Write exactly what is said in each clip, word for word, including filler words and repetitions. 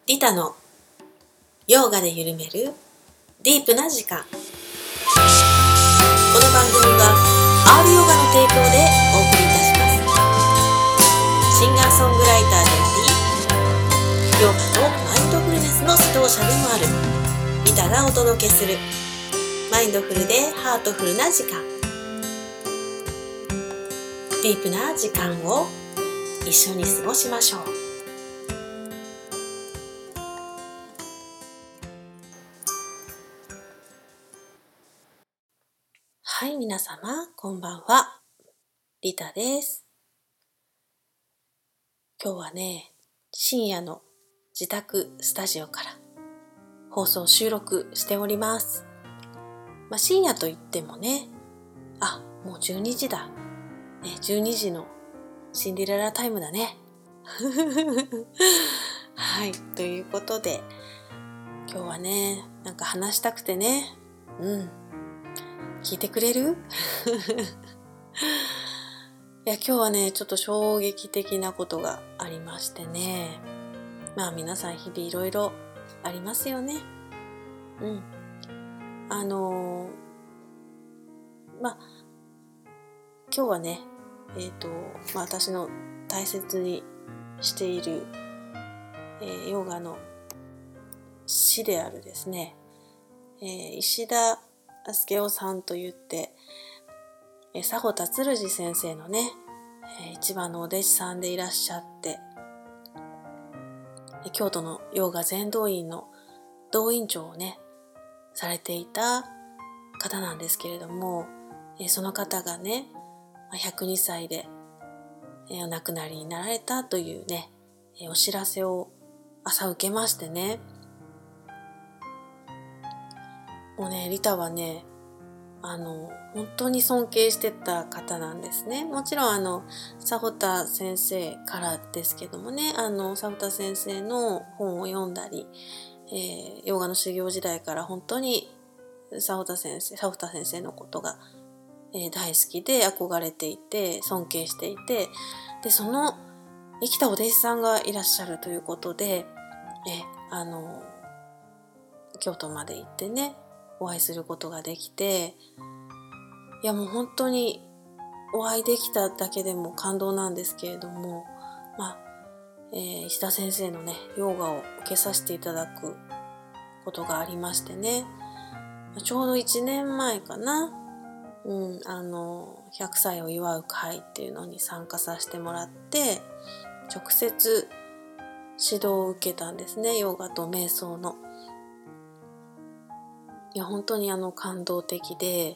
リタのヨーガで緩めるディープな時間。この番組は アール ヨガの提供でお送りいたします。シンガーソングライターであり、ヨガとマインドフルネスの指導者でもあるリタがお届けするマインドフルでハートフルな時間、ディープな時間を一緒に過ごしましょう。はい、皆様こんばんは、リタです。今日はね、深夜の自宅スタジオから放送収録しております。まあ、深夜といってもね、あ、もうじゅうにじだ、ね、じゅうにじのシンデレラタイムだねはい、ということで今日はね、なんか話したくてね、うん聞いてくれるいや、今日はね、ちょっと衝撃的なことがありましてね。まあ皆さん日々いろいろありますよね。うん。あのー、まあ今日はね、えっと、まあ私の大切にしている、えー、ヨガの師であるですね、えー、石田助夫さんといって、佐保達治先生のね、一番のお弟子さんでいらっしゃって、京都のヨガ全道院の道院長をねされていた方なんですけれども、その方がねひゃくにさいでお亡くなりになられたというねお知らせを朝受けましてね、もうねリタはねあの本当に尊敬してた方なんですね。もちろんあの佐保田先生からですけどもね、あの佐保田先生の本を読んだり、えー、ヨガの修行時代から本当に佐保田先生佐保田先生のことが、えー、大好きで憧れていて尊敬していて、でその生きたお弟子さんがいらっしゃるということで、えー、あの京都まで行ってねお会いすることができて、いやもう本当にお会いできただけでも感動なんですけれども、まあ、えー、石田先生のねヨガを受けさせていただくことがありましてね、ちょうどいちねんまえかな、うん、あのひゃくさいを祝う会っていうのに参加させてもらって、直接指導を受けたんですね、ヨガと瞑想の。いや本当にあの感動的で、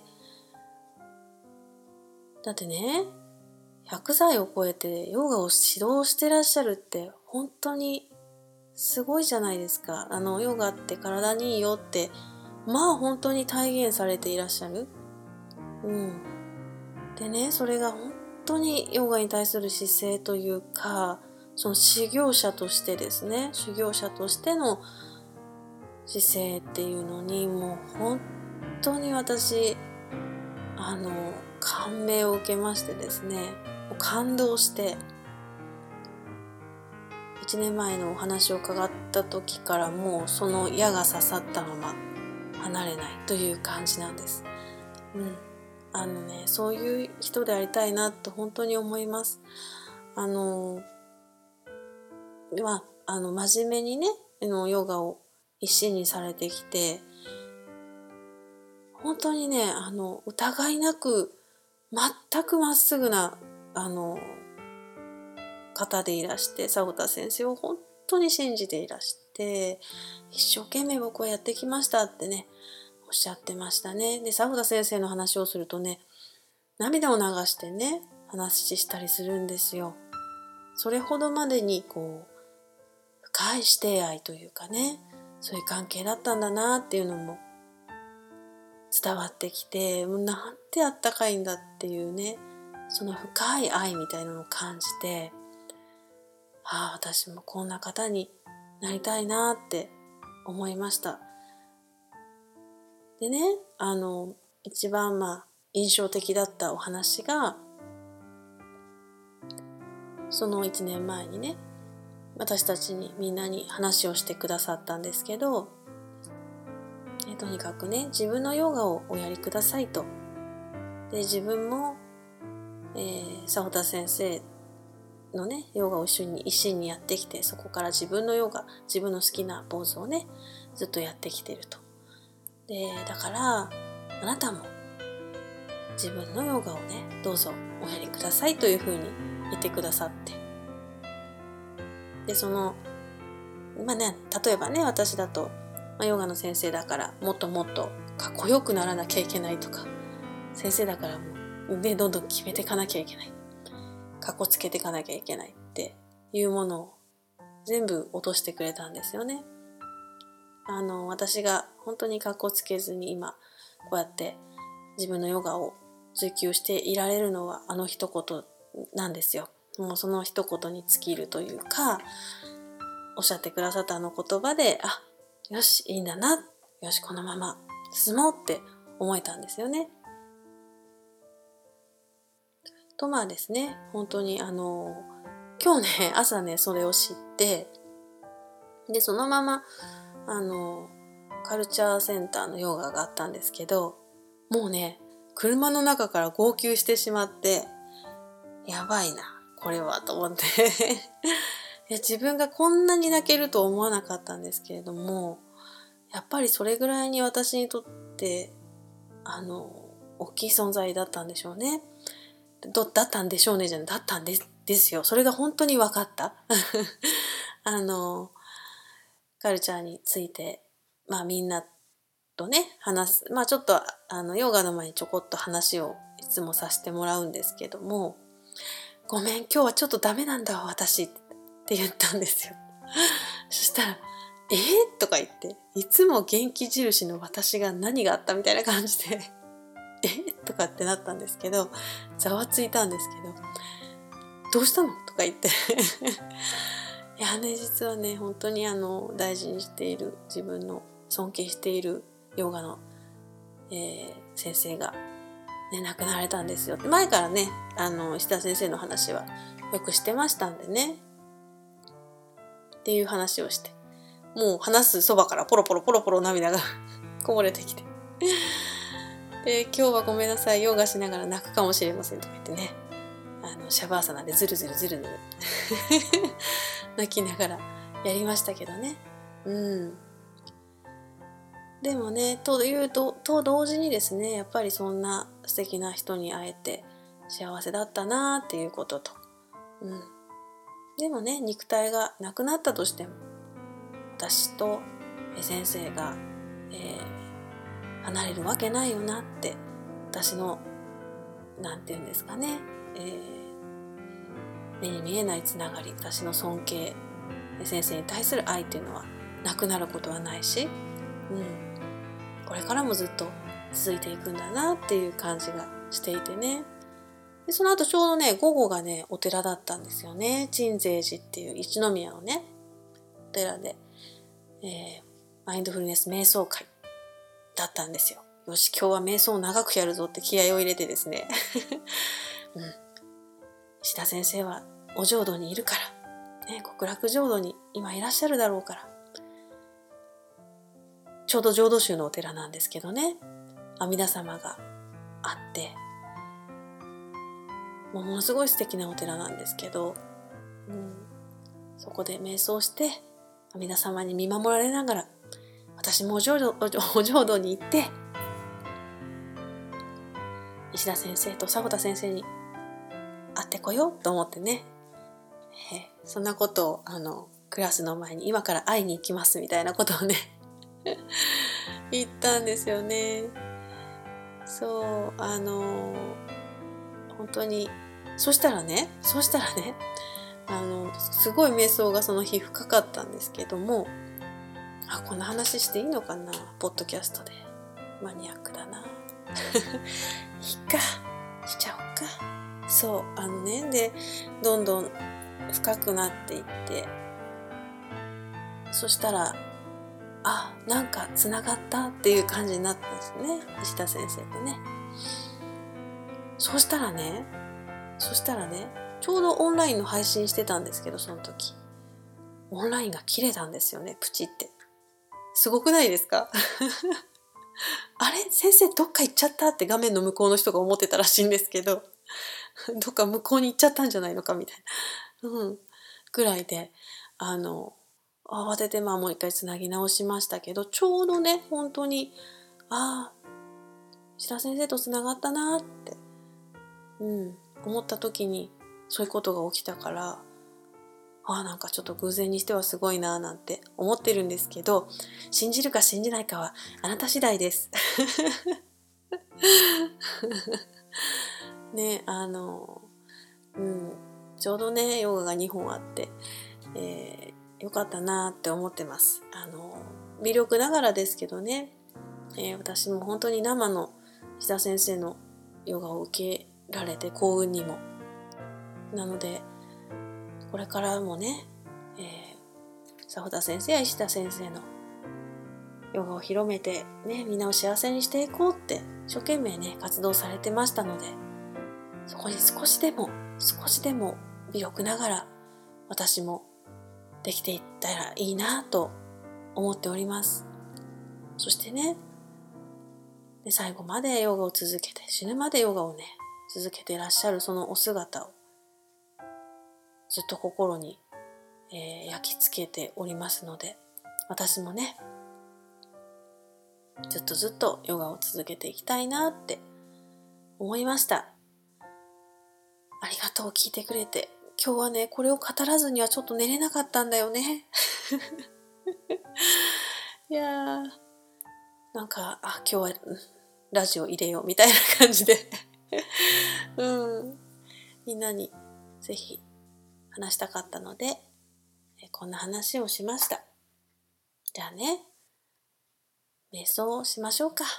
だってねひゃくさいを超えてヨガを指導してらっしゃるって本当にすごいじゃないですか。あのヨガって体にいいよってまあ本当に体現されていらっしゃる。うんでね、それが本当にヨガに対する姿勢というか、その修行者としてですね修行者としての姿勢っていうのにもう本当に私あの感銘を受けましてですね、感動していちねんまえのお話を伺った時からもうその矢が刺さったまま離れないという感じなんです。うんあのねそういう人でありたいなと本当に思います。あのまああの真面目にねのヨガを一心にされてきて、本当にねあの疑いなく全くまっすぐなあの方でいらして、佐保田先生を本当に信じていらして、一生懸命僕はやってきましたってねおっしゃってましたね。で佐保田先生の話をするとね涙を流してね話したりするんですよ。それほどまでにこう深い師弟愛というかね、そういう関係だったんだなっていうのも伝わってきて、もうなんてあったかいんだっていうね、その深い愛みたいなのを感じて、ああ私もこんな方になりたいなって思いました。でね、あの一番まあ印象的だったお話が、そのいちねんまえにね私たちにみんなに話をしてくださったんですけど、えとにかくね、自分のヨガをおやりくださいと。で、自分も、えー、佐保田先生のね、ヨガを一緒に、一心にやってきて、そこから自分のヨガ、自分の好きなポーズをね、ずっとやってきてると。で、だから、あなたも自分のヨガをね、どうぞおやりくださいというふうに言ってくださって。で、その、まあね、例えばね、私だと、まあ、ヨガの先生だからもっともっとかっこよくならなきゃいけないとか、先生だからもう、ね、どんどん決めていかなきゃいけない。かっこつけていかなきゃいけないっていうものを全部落としてくれたんですよね。あの、私が本当にかっこつけずに今、こうやって自分のヨガを追求していられるのはあの一言なんですよ。もうその一言に尽きるというか、おっしゃってくださったあの言葉で、あ、よし、いいんだな。よし、このまま進もうって思えたんですよね。とまあですね、本当にあの、今日ね、朝ね、それを知って、で、そのまま、あの、カルチャーセンターのヨガがあったんですけど、もうね、車の中から号泣してしまって、やばいな、これは、と思って。いや、自分がこんなに泣けると思わなかったんですけれども、やっぱりそれぐらいに私にとって、あの、大きい存在だったんでしょうね。どだったんでしょうねじゃない、だったんですですよ。それが本当に分かった。あの、カルチャーについて、まあみんなとね、話す。まあちょっと、あの、ヨガの前にちょこっと話をいつもさせてもらうんですけども、ごめん、今日はちょっとダメなんだわ、私って言ったんですよ。そしたら、えー、とか言って、いつも元気印の私が何があったみたいな感じで、えー、とかってなったんですけど、ざわついたんですけど、どうしたのとか言って。いやね、実はね、本当にあの、大事にしている、自分の尊敬しているヨガの、えー、先生が、ね、亡くなられたんですよ。前からね、あの、石田先生の話はよくしてましたんでね。っていう話をして。もう話すそばからポロポロポロポロ涙がこぼれてきて。で、今日はごめんなさい、ヨガしながら泣くかもしれませんとか言ってね。あの、シャバーサナでズルズルズルズル泣きながらやりましたけどね。うん。でもね、というと、と同時にですね、やっぱりそんな素敵な人に会えて幸せだったなっていうことと。うん。でもね、肉体がなくなったとしても、私と先生が、えー、離れるわけないよなって、私の、なんていうんですかね、えー、目に見えないつながり、私の尊敬、先生に対する愛っていうのはなくなることはないし、うん、これからもずっと続いていくんだなっていう感じがしていてね。でその後ちょうどね、午後がね、お寺だったんですよね。鎮西寺っていう一宮のね、お寺で、えー、マインドフルネス瞑想会だったんですよ。よし、今日は瞑想を長くやるぞって気合を入れてですね。うん。石田先生はお浄土にいるから、ね、極楽浄土に今いらっしゃるだろうから、ちょうど浄土宗のお寺なんですけどね、阿弥陀様があって、もうものすごい素敵なお寺なんですけど、うん、そこで瞑想して阿弥陀様に見守られながら、私もお浄土、お浄土に行って石田先生と佐保田先生に会ってこようと思ってね、えそんなことをあのクラスの前に今から会いに行きますみたいなことをね言ったんですよね。そうあの本当にそしたらねそしたらねあのすごい瞑想がその日深かったんですけども、あこんな話していいのかな、ポッドキャストでマニアックだな。いいかしちゃおうか。そうあのねでどんどん深くなっていって、そしたらあなんかつながったっていう感じになったんですね、石田先生とね。そしたらねそしたらねちょうどオンラインの配信してたんですけど、その時オンラインが切れたんですよね、プチって。すごくないですか？あれ先生どっか行っちゃったって画面の向こうの人が思ってたらしいんですけど、どっか向こうに行っちゃったんじゃないのかみたいな、うん、ぐらいで、あの、慌ててまあもう一回つなぎ直しましたけど、ちょうどね、本当に、ああ、石田先生とつながったなって、うん、思った時にそういうことが起きたから、ああなんかちょっと偶然にしてはすごいななんて思ってるんですけど、信じるか信じないかはあなた次第です。ね、あの、うん、ちょうどねヨガがにほんあって、えー、よかったなって思ってます。あの微力ながらですけどね、えー、私も本当に生の石田先生のヨガを受けられて幸運にも。なのでこれからもね、えー、佐保田先生や石田先生のヨガを広めてね、みんなを幸せにしていこうって一生懸命ね活動されてましたので、そこに少しでも少しでも微力ながら私もできていったらいいなと思っております。そしてね、で最後までヨガを続けて、死ぬまでヨガをね続けていらっしゃるそのお姿をずっと心に、えー、焼き付けておりますので、私もねずっとずっとヨガを続けていきたいなって思いました。ありがとう、聞いてくれて。今日はねこれを語らずにはちょっと寝れなかったんだよね。いやーなんかあ今日はラジオ入れようみたいな感じで、うん、みんなにぜひ話したかったので、こんな話をしました。じゃあね、瞑想をしましょうか。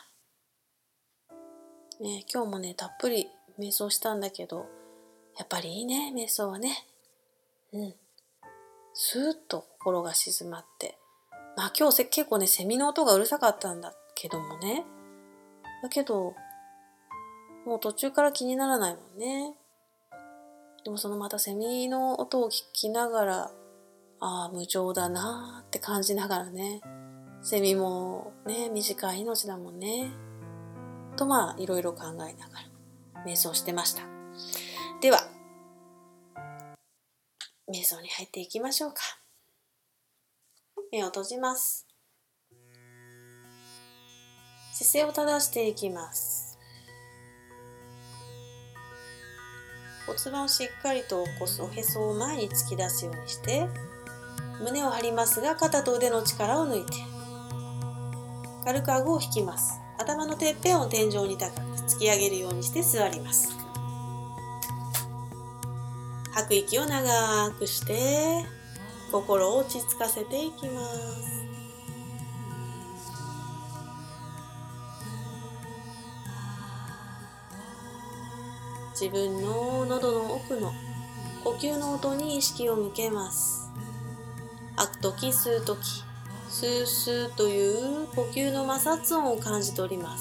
ね、今日もねたっぷり瞑想したんだけど、やっぱりいいね瞑想はね。うん。スーッと心が静まって、まあ今日結構ねセミの音がうるさかったんだけどもね。だけどもう途中から気にならないもんね。でもそのまたセミの音を聞きながら、ああ無常だなーって感じながらね、セミもね短い命だもんねと、まあいろいろ考えながら瞑想してました。では瞑想に入っていきましょうか。目を閉じます。姿勢を正していきます。骨盤をしっかりと起こす。おへそを前に突き出すようにして、胸を張りますが肩と腕の力を抜いて軽く顎を引きます。頭のてっぺんを天井に高く突き上げるようにして座ります。吐く息を長くして心を落ち着かせていきます。自分の喉の奥の呼吸の音に意識を向けます。吐くとき吸うとき、スースーという呼吸の摩擦音を感じ取ります。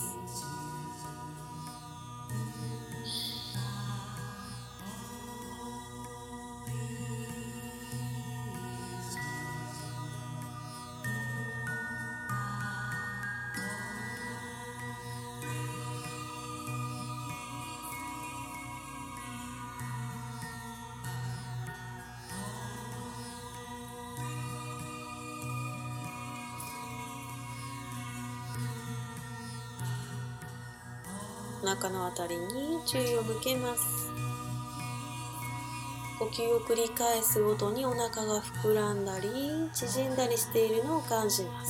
お腹のあたりに注意を向けます。呼吸を繰り返すごとにお腹が膨らんだり縮んだりしているのを感じます。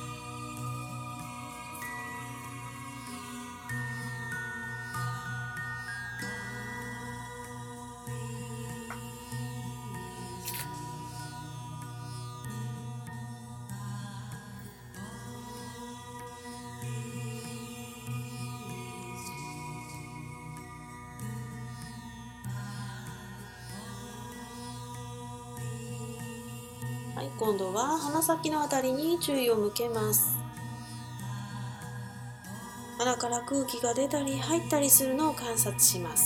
はい、今度は鼻先のあたりに注意を向けます。鼻から空気が出たり入ったりするのを観察します。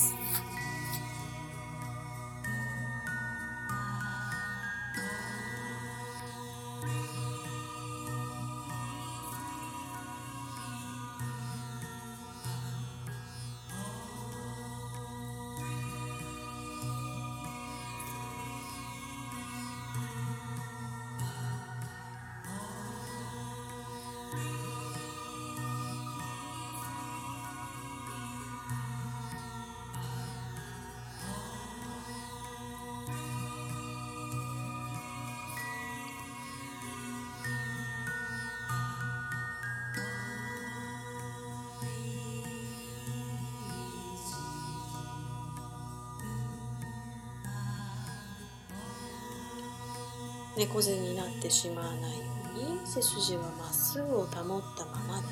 猫背になってしまわないように背筋はまっすぐを保ったままです。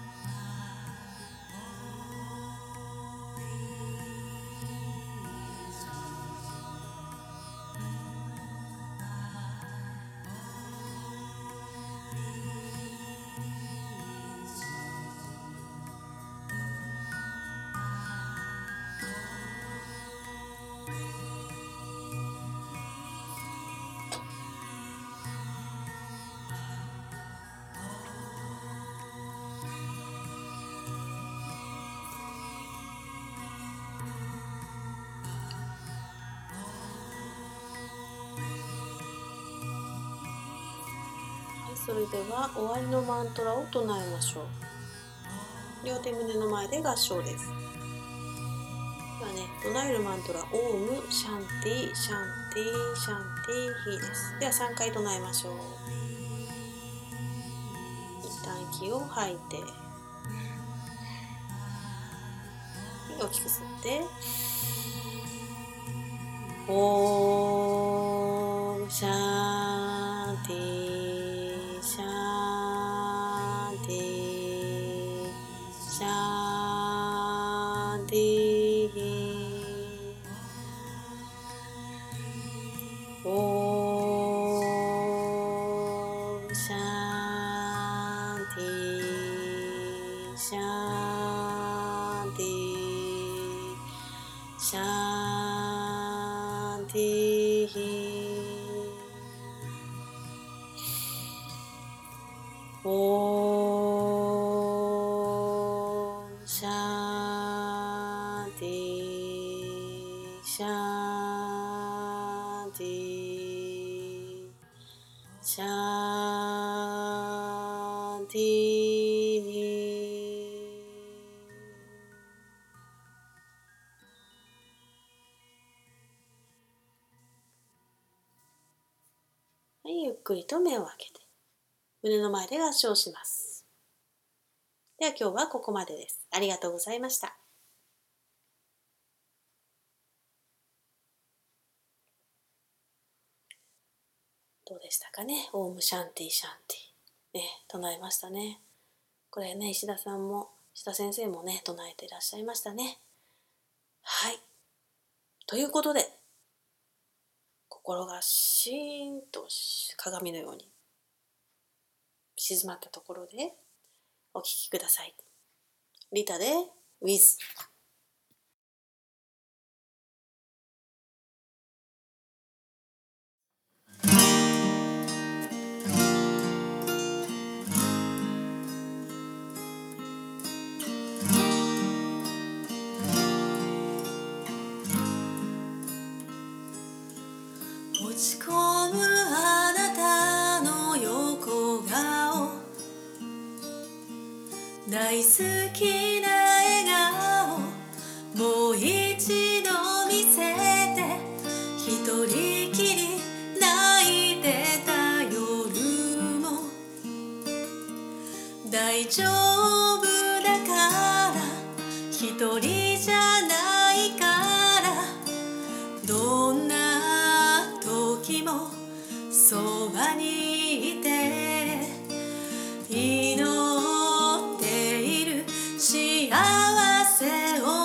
それでは終わりのマントラを唱えましょう。両手胸の前で合唱です。ではね、唱えるマントラ、オームシャンティシャンティシャンティヒです。ではさんかい唱えましょう。一旦息を吐いて、大きく吸って、オームシャンティシャンティシャンティオームシャンティシャンティシャンティオーシャンティシャンティシャンティ。はい、ゆっくりと目を開けて胸の前で合唱します。では今日はここまでです。ありがとうございました。どうでしたかね。オームシャンティシャンティ、ね、唱えましたね。これね、石田さんも石田先生もね唱えていらっしゃいましたね。はい、ということで心がシーンと鏡のように静まったところでお聞きください。リタで With。落ち込むあなたの横顔、大好きな笑顔、もう一度見せて、一人きり泣いてた夜も大丈夫だから、一人じゃないから、どんな時もそばにいて、祈っている幸せを。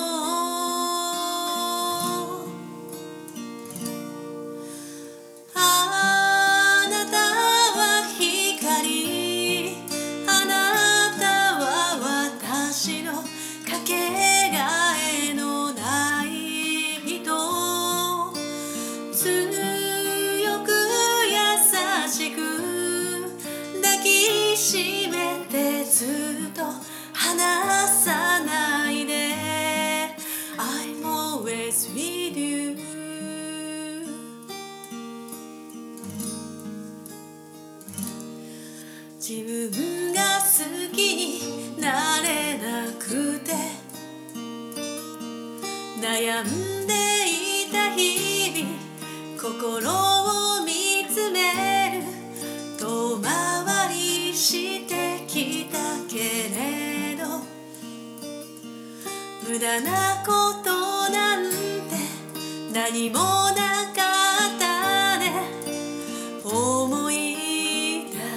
あなたは光、あなたは私のかけがえのない人、強く優しく抱きしめて、ずっと離さないで。 I'm always with you。 自分が好きになれなくて悩んでいた日々、心を見つめる遠回りしてきたけれど、無駄なことなんて何もなかったね。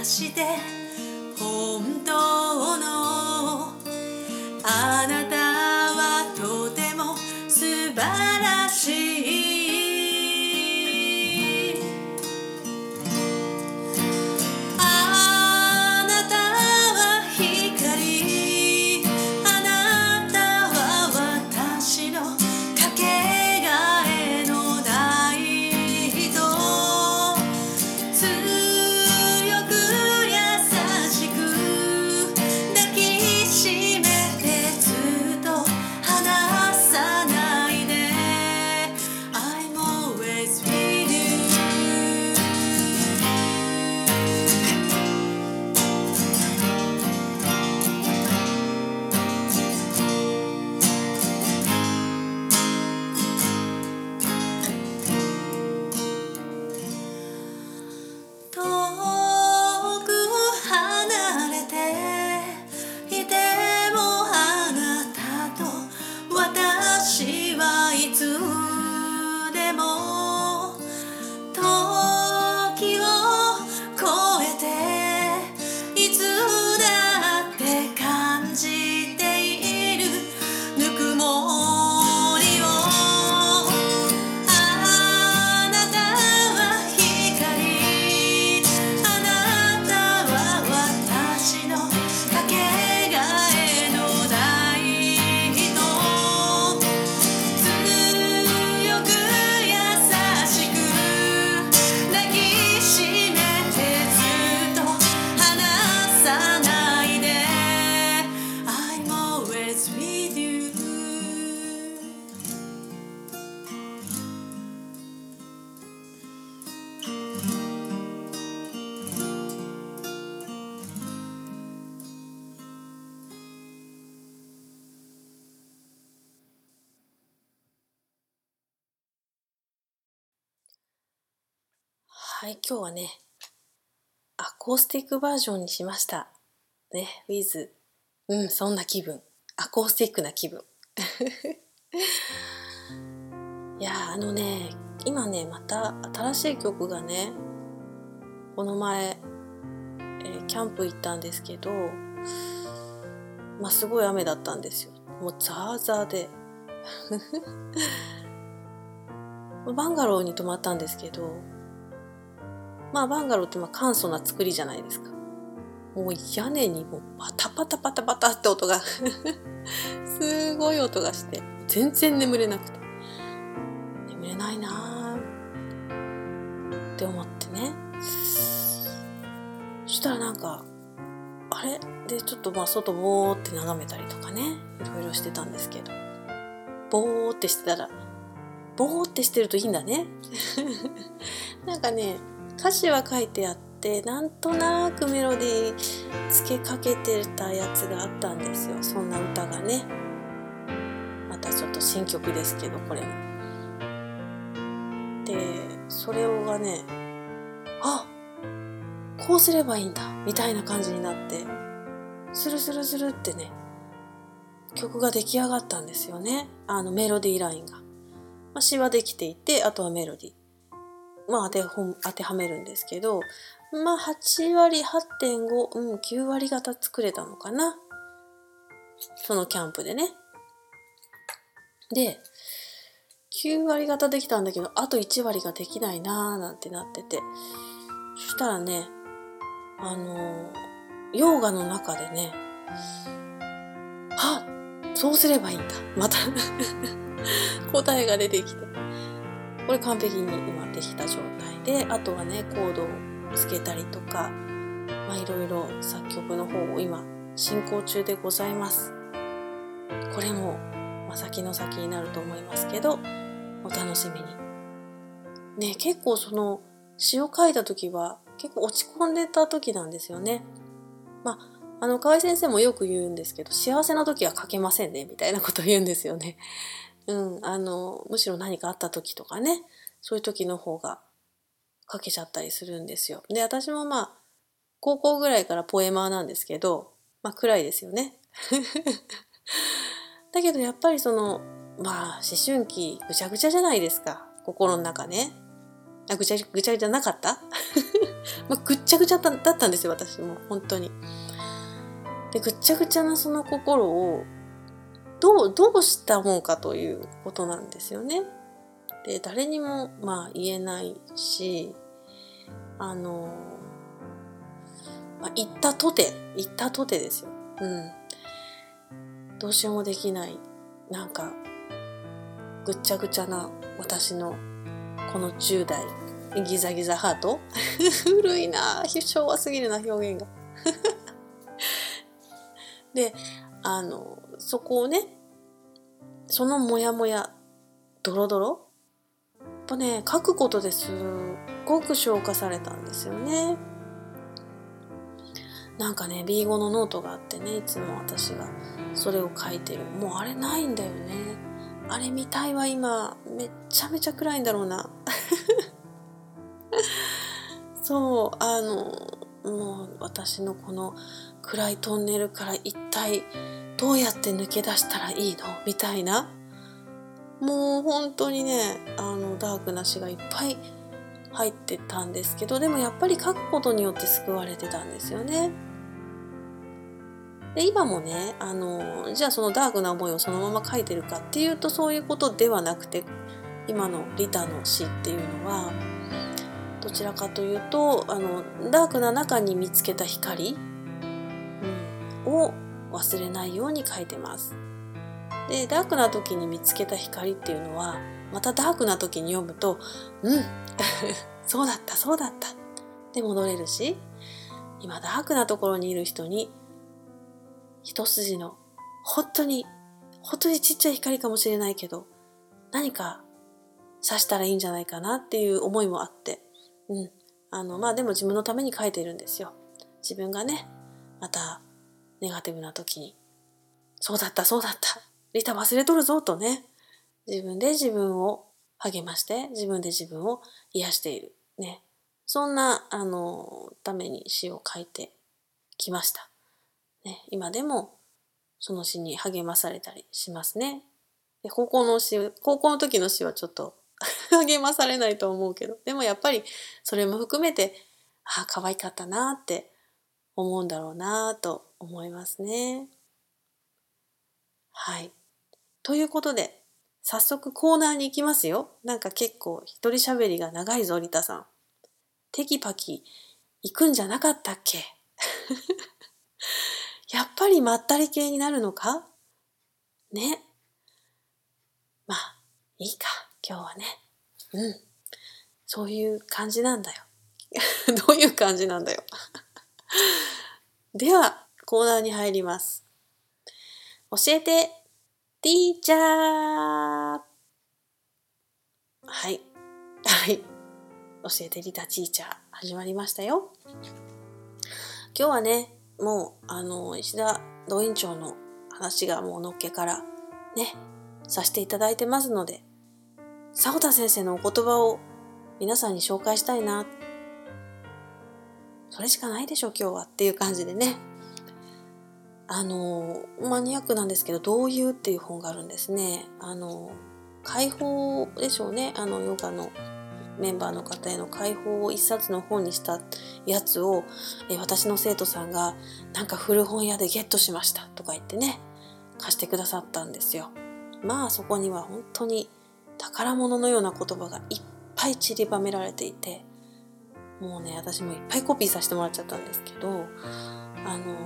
して本当のあなたはとても素晴らしい。あなたは光、あなたは私のかけがえのない人、強く優しく抱きしめてずっと離さないで I'm always with you。 遠く離れていてもあなたと私はいつでも時を超えていつだって感じているぬくもりを。あなたは光、あなたは私のかけがえのない人、強く優しく抱きしめてずっと離さないで I'm always with you。 はい、今日はねアコースティックバージョンにしましたね。 with うんそんな気分、アコースティックな気分いやーあのね今ねまた新しい曲がね、この前、えーキャンプ行ったんですけど、まあすごい雨だったんですよ。もうザーザーでバンガローに泊まったんですけど、まあバンガローってまあ簡素な作りじゃないですか。もう屋根にもうパタパタパタパタって音がすごい音がして全然眠れなくて、眠れないなーって思ってね。そしたらなんかあれでちょっとまあ外ボーって眺めたりとかね、いろいろしてたんですけど、ボーってしてたらボーってしてるといいんだねなんかね歌詞は書いてあってなんとなくメロディーつけかけてたやつがあったんですよ。そんな歌がね、またちょっと新曲ですけどこれもで、それをがね、あこうすればいいんだみたいな感じになってスルスルスルってね曲が出来上がったんですよね。あのメロディーラインが、まあ、詩はできていて、あとはメロディーまあ当てほん当てはめるんですけど、まあはちわり はってんご、うん、きゅうわり方作れたのかな、そのキャンプでね。できゅうわり方できたんだけどあといちわりができないなーなんてなってて、そしたらねあのヨーガの中でね、あそうすればいいんだまた答えが出てきて、これ完璧に今できた状態で、あとはねコードをつけたりとか、まあいろいろ作曲の方を今進行中でございます。これも、まあ、先の先になると思いますけどお楽しみにね。結構その詩を書いた時は結構落ち込んでた時なんですよね。まああの河合先生もよく言うんですけど、幸せな時は書けませんねみたいなことを言うんですよね。うん、あのむしろ何かあった時とかね、そういう時の方が書けちゃったりするんですよ。で私もまあ高校ぐらいからポエマーなんですけど、まあ暗いですよねだけどやっぱりそのまあ思春期ぐちゃぐちゃじゃないですか、心の中ね。 あ、ぐちゃぐちゃぐちゃなかったまあ、ぐっちゃぐちゃだったんですよ、私も本当に。で、ぐっちゃぐちゃなその心をどうどうしたもんかということなんですよね。で、誰にもまあ言えないし、あの、まあ、言ったとて言ったとてですよ。うん。どうしようもできないなんかぐっちゃぐちゃな私のこのじゅう代ギザギザハート古いな、昭和すぎるな表現がで、あのそこをね、そのモヤモヤドロドロやっぱね、書くことですっごく消化されたんですよね。なんかね ビーご のノートがあってね、いつも私がそれを書いてる。もうあれないんだよね。あれ見たいわ今。めっちゃめちゃ暗いんだろうなそう、あのもう私のこの暗いトンネルから一体どうやって抜け出したらいいのみたいな、もう本当にね、あのダークな詩がいっぱい入ってたんですけど、でもやっぱり書くことによって救われてたんですよね。で、今もね、あのじゃあそのダークな思いをそのまま書いてるかっていうとそういうことではなくて、今のリタの詩っていうのはどちらかというと、あのダークな中に見つけた光、うん、を忘れないように書いてます。で、ダークな時に見つけた光っていうのはまたダークな時に読むと、うんそうだったそうだったで戻れるし、今ダークなところにいる人に一筋の本当に本当にちっちゃい光かもしれないけど、何か刺したらいいんじゃないかなっていう思いもあって、うん、あのまあでも自分のために書いてるんですよ。自分がね、またネガティブな時に、そうだったそうだったリタ忘れとるぞとね、自分で自分を励まして、自分で自分を癒しているね、そんなあのために詩を書いてきました。ね、今でもその詩に励まされたりしますね。で、高校の詩、高校の時の詩はちょっと励まされないと思うけど、でもやっぱりそれも含めて、ああ、可愛かったなって思うんだろうなと思いますね。はい。ということで、早速コーナーに行きますよ。なんか結構一人喋りが長いぞ、リタさん。テキパキ行くんじゃなかったっけやっぱりまったり系になるのかね。まあ、いいか、今日はね。うん。そういう感じなんだよ。どういう感じなんだよ。では、コーナーに入ります。教えて、ティーチャー。はい。はい。教えてリタティーチャー。始まりましたよ。今日はね、もう、あの、石田道院長の話がもうのっけからね、させていただいてますので、佐保田先生のお言葉を皆さんに紹介したいな。それしかないでしょ今日はっていう感じでね。あのマニアックなんですけど、道遊っていう本があるんですね。あの解放でしょうね。あのヨガのメンバーの方への解放を一冊の本にしたやつを、え私の生徒さんがなんか古本屋でゲットしましたとか言ってね、貸してくださったんですよ。まあそこには本当に宝物のような言葉がいっぱい散りばめられていて、もうね、私もいっぱいコピーさせてもらっちゃったんですけど、あの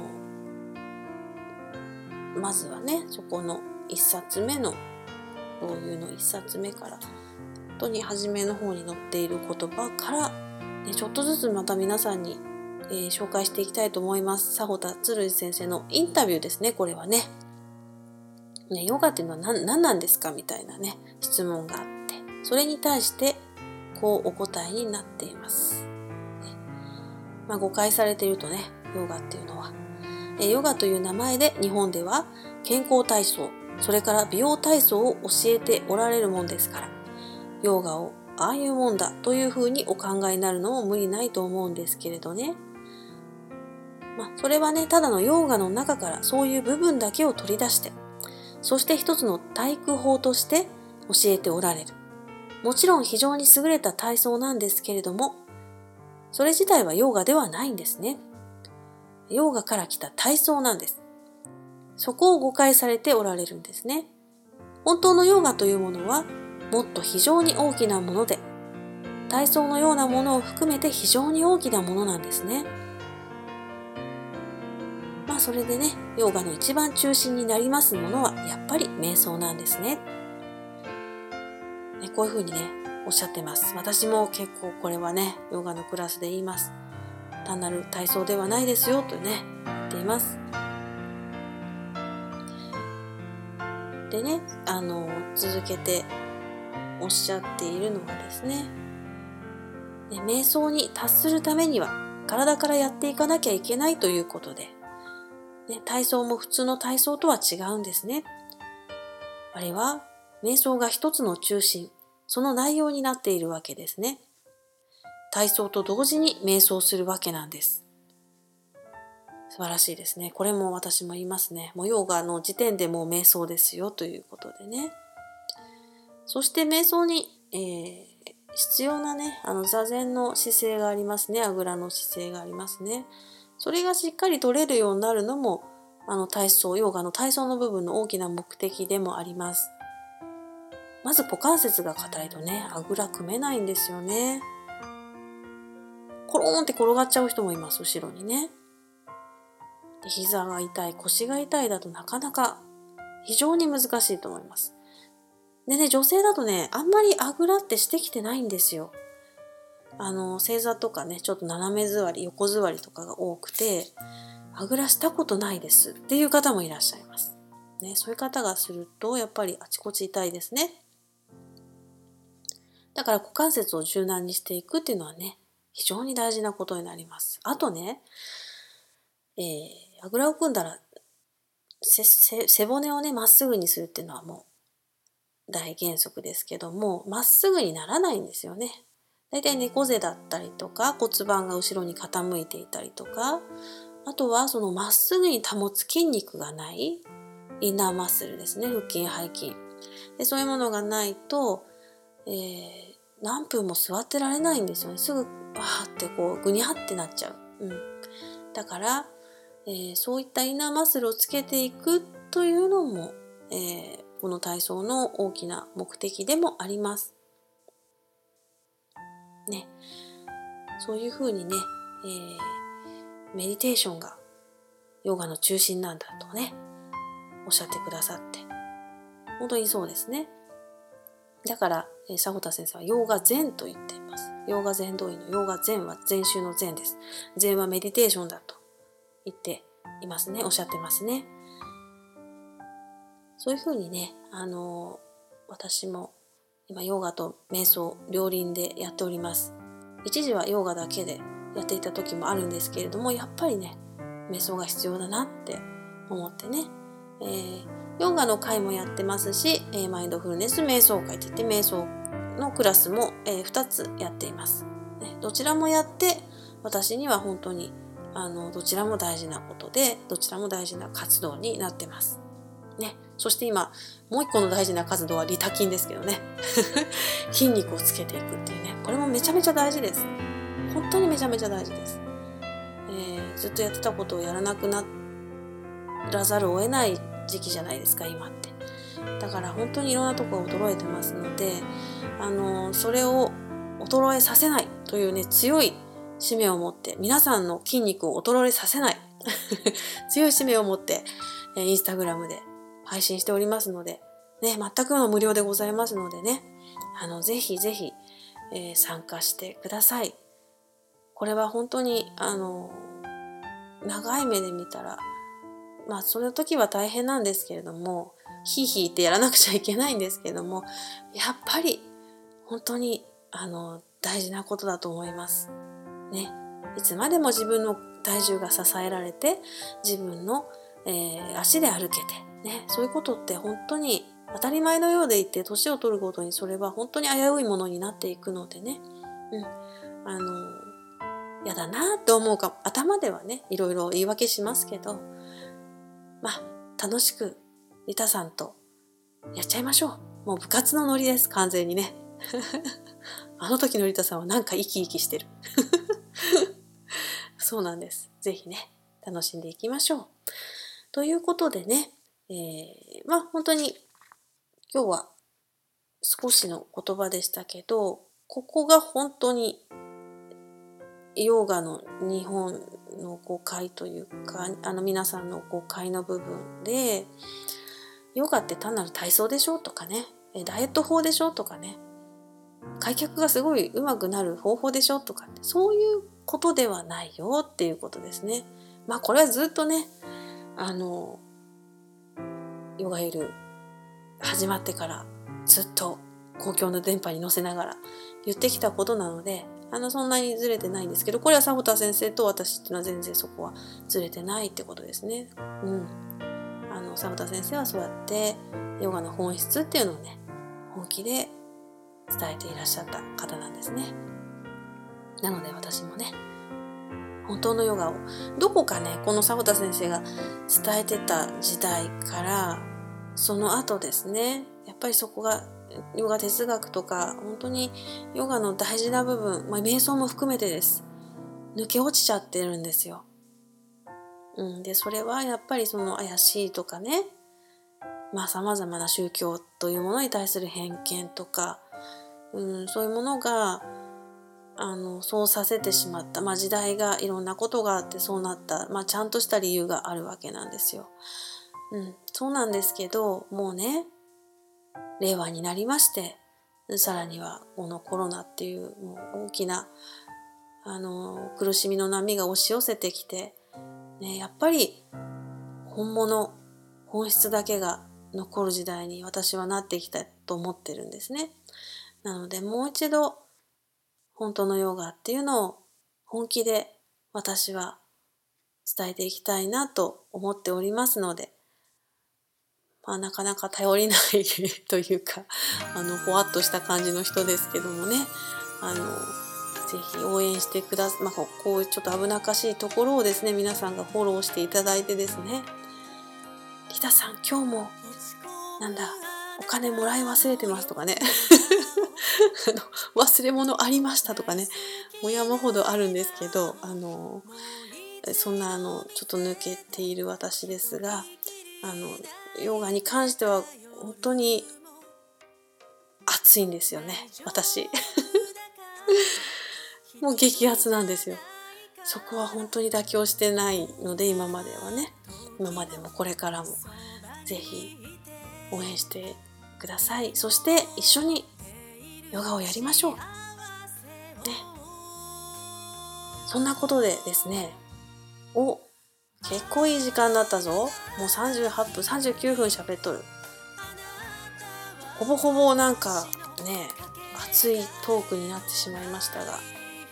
まずはね、そこの一冊目の道遊の一冊目から本当に初めの方に載っている言葉から、ね、ちょっとずつまた皆さんに、えー、紹介していきたいと思います。佐保田鶴司先生のインタビューですね。これはね、ね、ヨガっていうのは 何, 何なんですかみたいなね質問があって、それに対してこうお答えになっています。まあ、誤解されているとね、ヨガっていうのは、えヨガという名前で日本では健康体操、それから美容体操を教えておられるもんですから、ヨガをああいうもんだというふうにお考えになるのも無理ないと思うんですけれどね。まあ、それはね、ただのヨガの中からそういう部分だけを取り出して、そして一つの体育法として教えておられる。 もちろん非常に優れた体操なんですけれども、それ自体はヨーガではないんですね。ヨーガから来た体操なんです。そこを誤解されておられるんですね。本当のヨーガというものはもっと非常に大きなもので、体操のようなものを含めて非常に大きなものなんですね。まあそれでね、ヨーガの一番中心になりますものはやっぱり瞑想なんですね。ね、こういうふうにね、おっしゃってます。私も結構これはね、ヨガのクラスで言います。単なる体操ではないですよとね、言っています。でね、あの、続けておっしゃっているのはですね、ね、瞑想に達するためには体からやっていかなきゃいけないということで、ね、体操も普通の体操とは違うんですね。あれは瞑想が一つの中心、その内容になっているわけですね。体操と同時に瞑想するわけなんです。素晴らしいですね。これも私も言いますね。もうヨーガの時点でもう瞑想ですよということでね。そして瞑想に、えー、必要なね、あの座禅の姿勢がありますね。あぐらの姿勢がありますね。それがしっかり取れるようになるのも、あの体操、ヨーガの体操の部分の大きな目的でもあります。まず股関節が硬いとね、あぐら組めないんですよね。コローンって転がっちゃう人もいます、後ろにね。で、膝が痛い、腰が痛いだとなかなか非常に難しいと思います。でね、女性だとね、あんまりあぐらってしてきてないんですよ。あの、正座とかね、ちょっと斜め座り、横座りとかが多くて、あぐらしたことないですっていう方もいらっしゃいます。ね、そういう方がすると、やっぱりあちこち痛いですね。だから股関節を柔軟にしていくっていうのはね、非常に大事なことになります。あとね、えー、あぐらを組んだら背、背、背骨をね、まっすぐにするっていうのはもう大原則ですけども、まっすぐにならないんですよね。だいたい猫背だったりとか、骨盤が後ろに傾いていたりとか、あとはそのまっすぐに保つ筋肉がない、インナーマッスルですね、腹筋、背筋。でそういうものがないと、えー、何分も座ってられないんですよね。すぐ、わーってこう、ぐにゃってなっちゃう。うん。だから、えー、そういったインナーマッスルをつけていくというのも、えー、この体操の大きな目的でもあります。ね。そういうふうにね、えー、メディテーションがヨガの中心なんだとね、おっしゃってくださって。本当にそうですね。だから、えー、佐保田先生はヨーガ禅と言っています。ヨーガ禅道院のヨーガ禅は禅宗の禅です。禅はメディテーションだと言っていますね。おっしゃってますね。そういうふうにね、あのー、私も今ヨガと瞑想両輪でやっております。一時はヨガだけでやっていた時もあるんですけれども、やっぱりね、瞑想が必要だなって思ってね、えー、ヨガの会もやってますし、えー、マインドフルネス瞑想会って言って瞑想のクラスも、えー、ふたつやっています、ね。どちらもやって私には本当にあのどちらも大事なことで、どちらも大事な活動になってます。ね、そして今もう一個の大事な活動は利他筋ですけどね筋肉をつけていくっていうね、これもめちゃめちゃ大事です。本当にめちゃめちゃ大事です、えー、ずっとやってたことをやらなくならざるを得ない時期じゃないですか今って。だから本当にいろんなところが衰えてますので、あのそれを衰えさせないというね、強い使命を持って皆さんの筋肉を衰えさせない強い使命を持って、えー、インスタグラムで配信しておりますので、ね、全くの無料でございますのでね、あのぜひぜひ、えー、参加してください。これは本当にあの長い目で見たら、まあその時は大変なんですけれども、ヒーヒーってやらなくちゃいけないんですけども、やっぱり本当にあの大事なことだと思いますね。いつまでも自分の体重が支えられて、自分の、えー、足で歩けてね、そういうことって本当に当たり前のようでいて、年を取るごとにそれは本当に危ういものになっていくのでね、うん、あのやだなと思うか、頭ではねいろいろ言い訳しますけど、まあ楽しくリタさんとやっちゃいましょう。もう部活のノリです、完全にね。 あの時のリタさんはなんか生き生きしてる。そうなんです。ぜひね、楽しんでいきましょう。ということでね、えー、まあ本当に今日は少しの言葉でしたけど、ここが本当にヨガの日本の誤解というか、あの皆さんの誤解の部分で、ヨガって単なる体操でしょとかね、ダイエット法でしょとかね、開脚がすごい上手くなる方法でしょとか、そういうことではないよっていうことですね。まあこれはずっとね、あのヨガエル始まってからずっと公共の電波に乗せながら言ってきたことなので、あのそんなにずれてないんですけど、これは佐保田先生と私っていうのは全然そこはずれてないってことですね。うん。あの佐保田先生はそうやってヨガの本質っていうのをね、本気で伝えていらっしゃった方なんですね。なので私もね、本当のヨガをどこかね、この佐保田先生が伝えてた時代からその後ですね、やっぱりそこがヨガ哲学とか本当にヨガの大事な部分、まあ、瞑想も含めてです、抜け落ちちゃってるんですよ。うん、でそれはやっぱりその怪しいとかね、まあさまざまな宗教というものに対する偏見とか、うん、そういうものがあのそうさせてしまった、まあ、時代がいろんなことがあってそうなった、まあ、ちゃんとした理由があるわけなんですよ。うん、そうなんですけど、もうね、令和になりまして、さらにはこのコロナっていうもう大きなあの苦しみの波が押し寄せてきて、ね、やっぱり本物、本質だけが残る時代に私はなってきたと思ってるんですね。なのでもう一度本当のヨガっていうのを本気で私は伝えていきたいなと思っておりますので、まあ、なかなか頼りないというか、あのほわっとした感じの人ですけどもね、あのぜひ応援してください。まあ、こういうちょっと危なっかしいところをですね、皆さんがフォローしていただいてですね、リタさん今日もなんだお金もらい忘れてますとかねあの忘れ物ありましたとかね、もう山ほどあるんですけど、あのそんなあのちょっと抜けている私ですが、あのヨガに関しては本当に熱いんですよね、私もう激アツなんですよ。そこは本当に妥協してないので、今まではね、今までもこれからもぜひ応援してください。そして一緒にヨガをやりましょうね。そんなことでですね、お、結構いい時間だったぞ。もうさんじゅうはっぷん、さんじゅうきゅうふん喋っとる。ほぼほぼなんかね、熱いトークになってしまいましたが、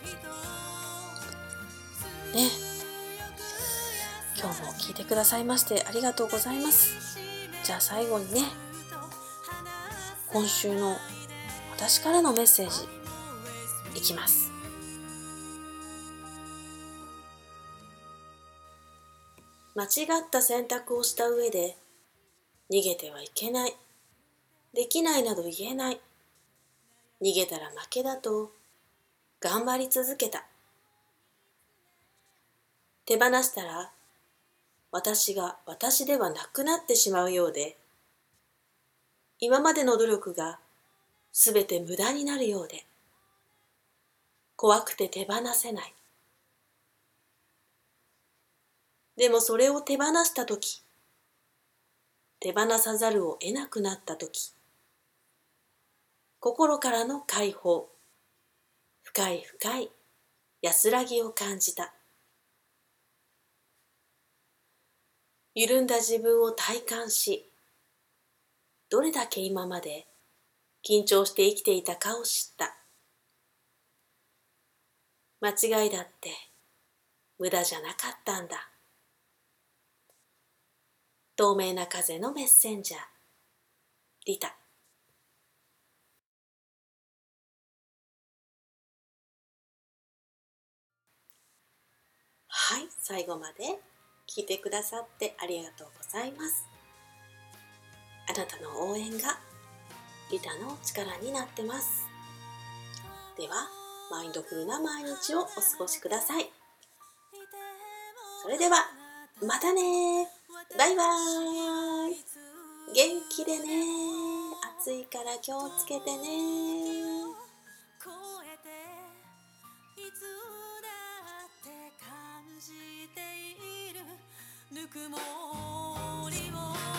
ね、今日も聞いてくださいましてありがとうございます。じゃあ最後にね、今週の私からのメッセージいきます。間違った選択をした上で逃げてはいけない、できないなど言えない、逃げたら負けだと頑張り続けた。手放したら私が私ではなくなってしまうようで、今までの努力がすべて無駄になるようで、怖くて手放せない。でもそれを手放したとき、手放さざるを得なくなったとき、心からの解放、深い深い安らぎを感じた。緩んだ自分を体感し、どれだけ今まで緊張して生きていたかを知った。間違いだって無駄じゃなかったんだ。透明な風のメッセンジャー、リタ。はい、最後まで聞いてくださってありがとうございます。あなたの応援がリタの力になってます。 ではマインドフルな毎日をお過ごしください。それではまたね。バイバーイ。元気でね。暑いから気をつけてね。ぬくもりを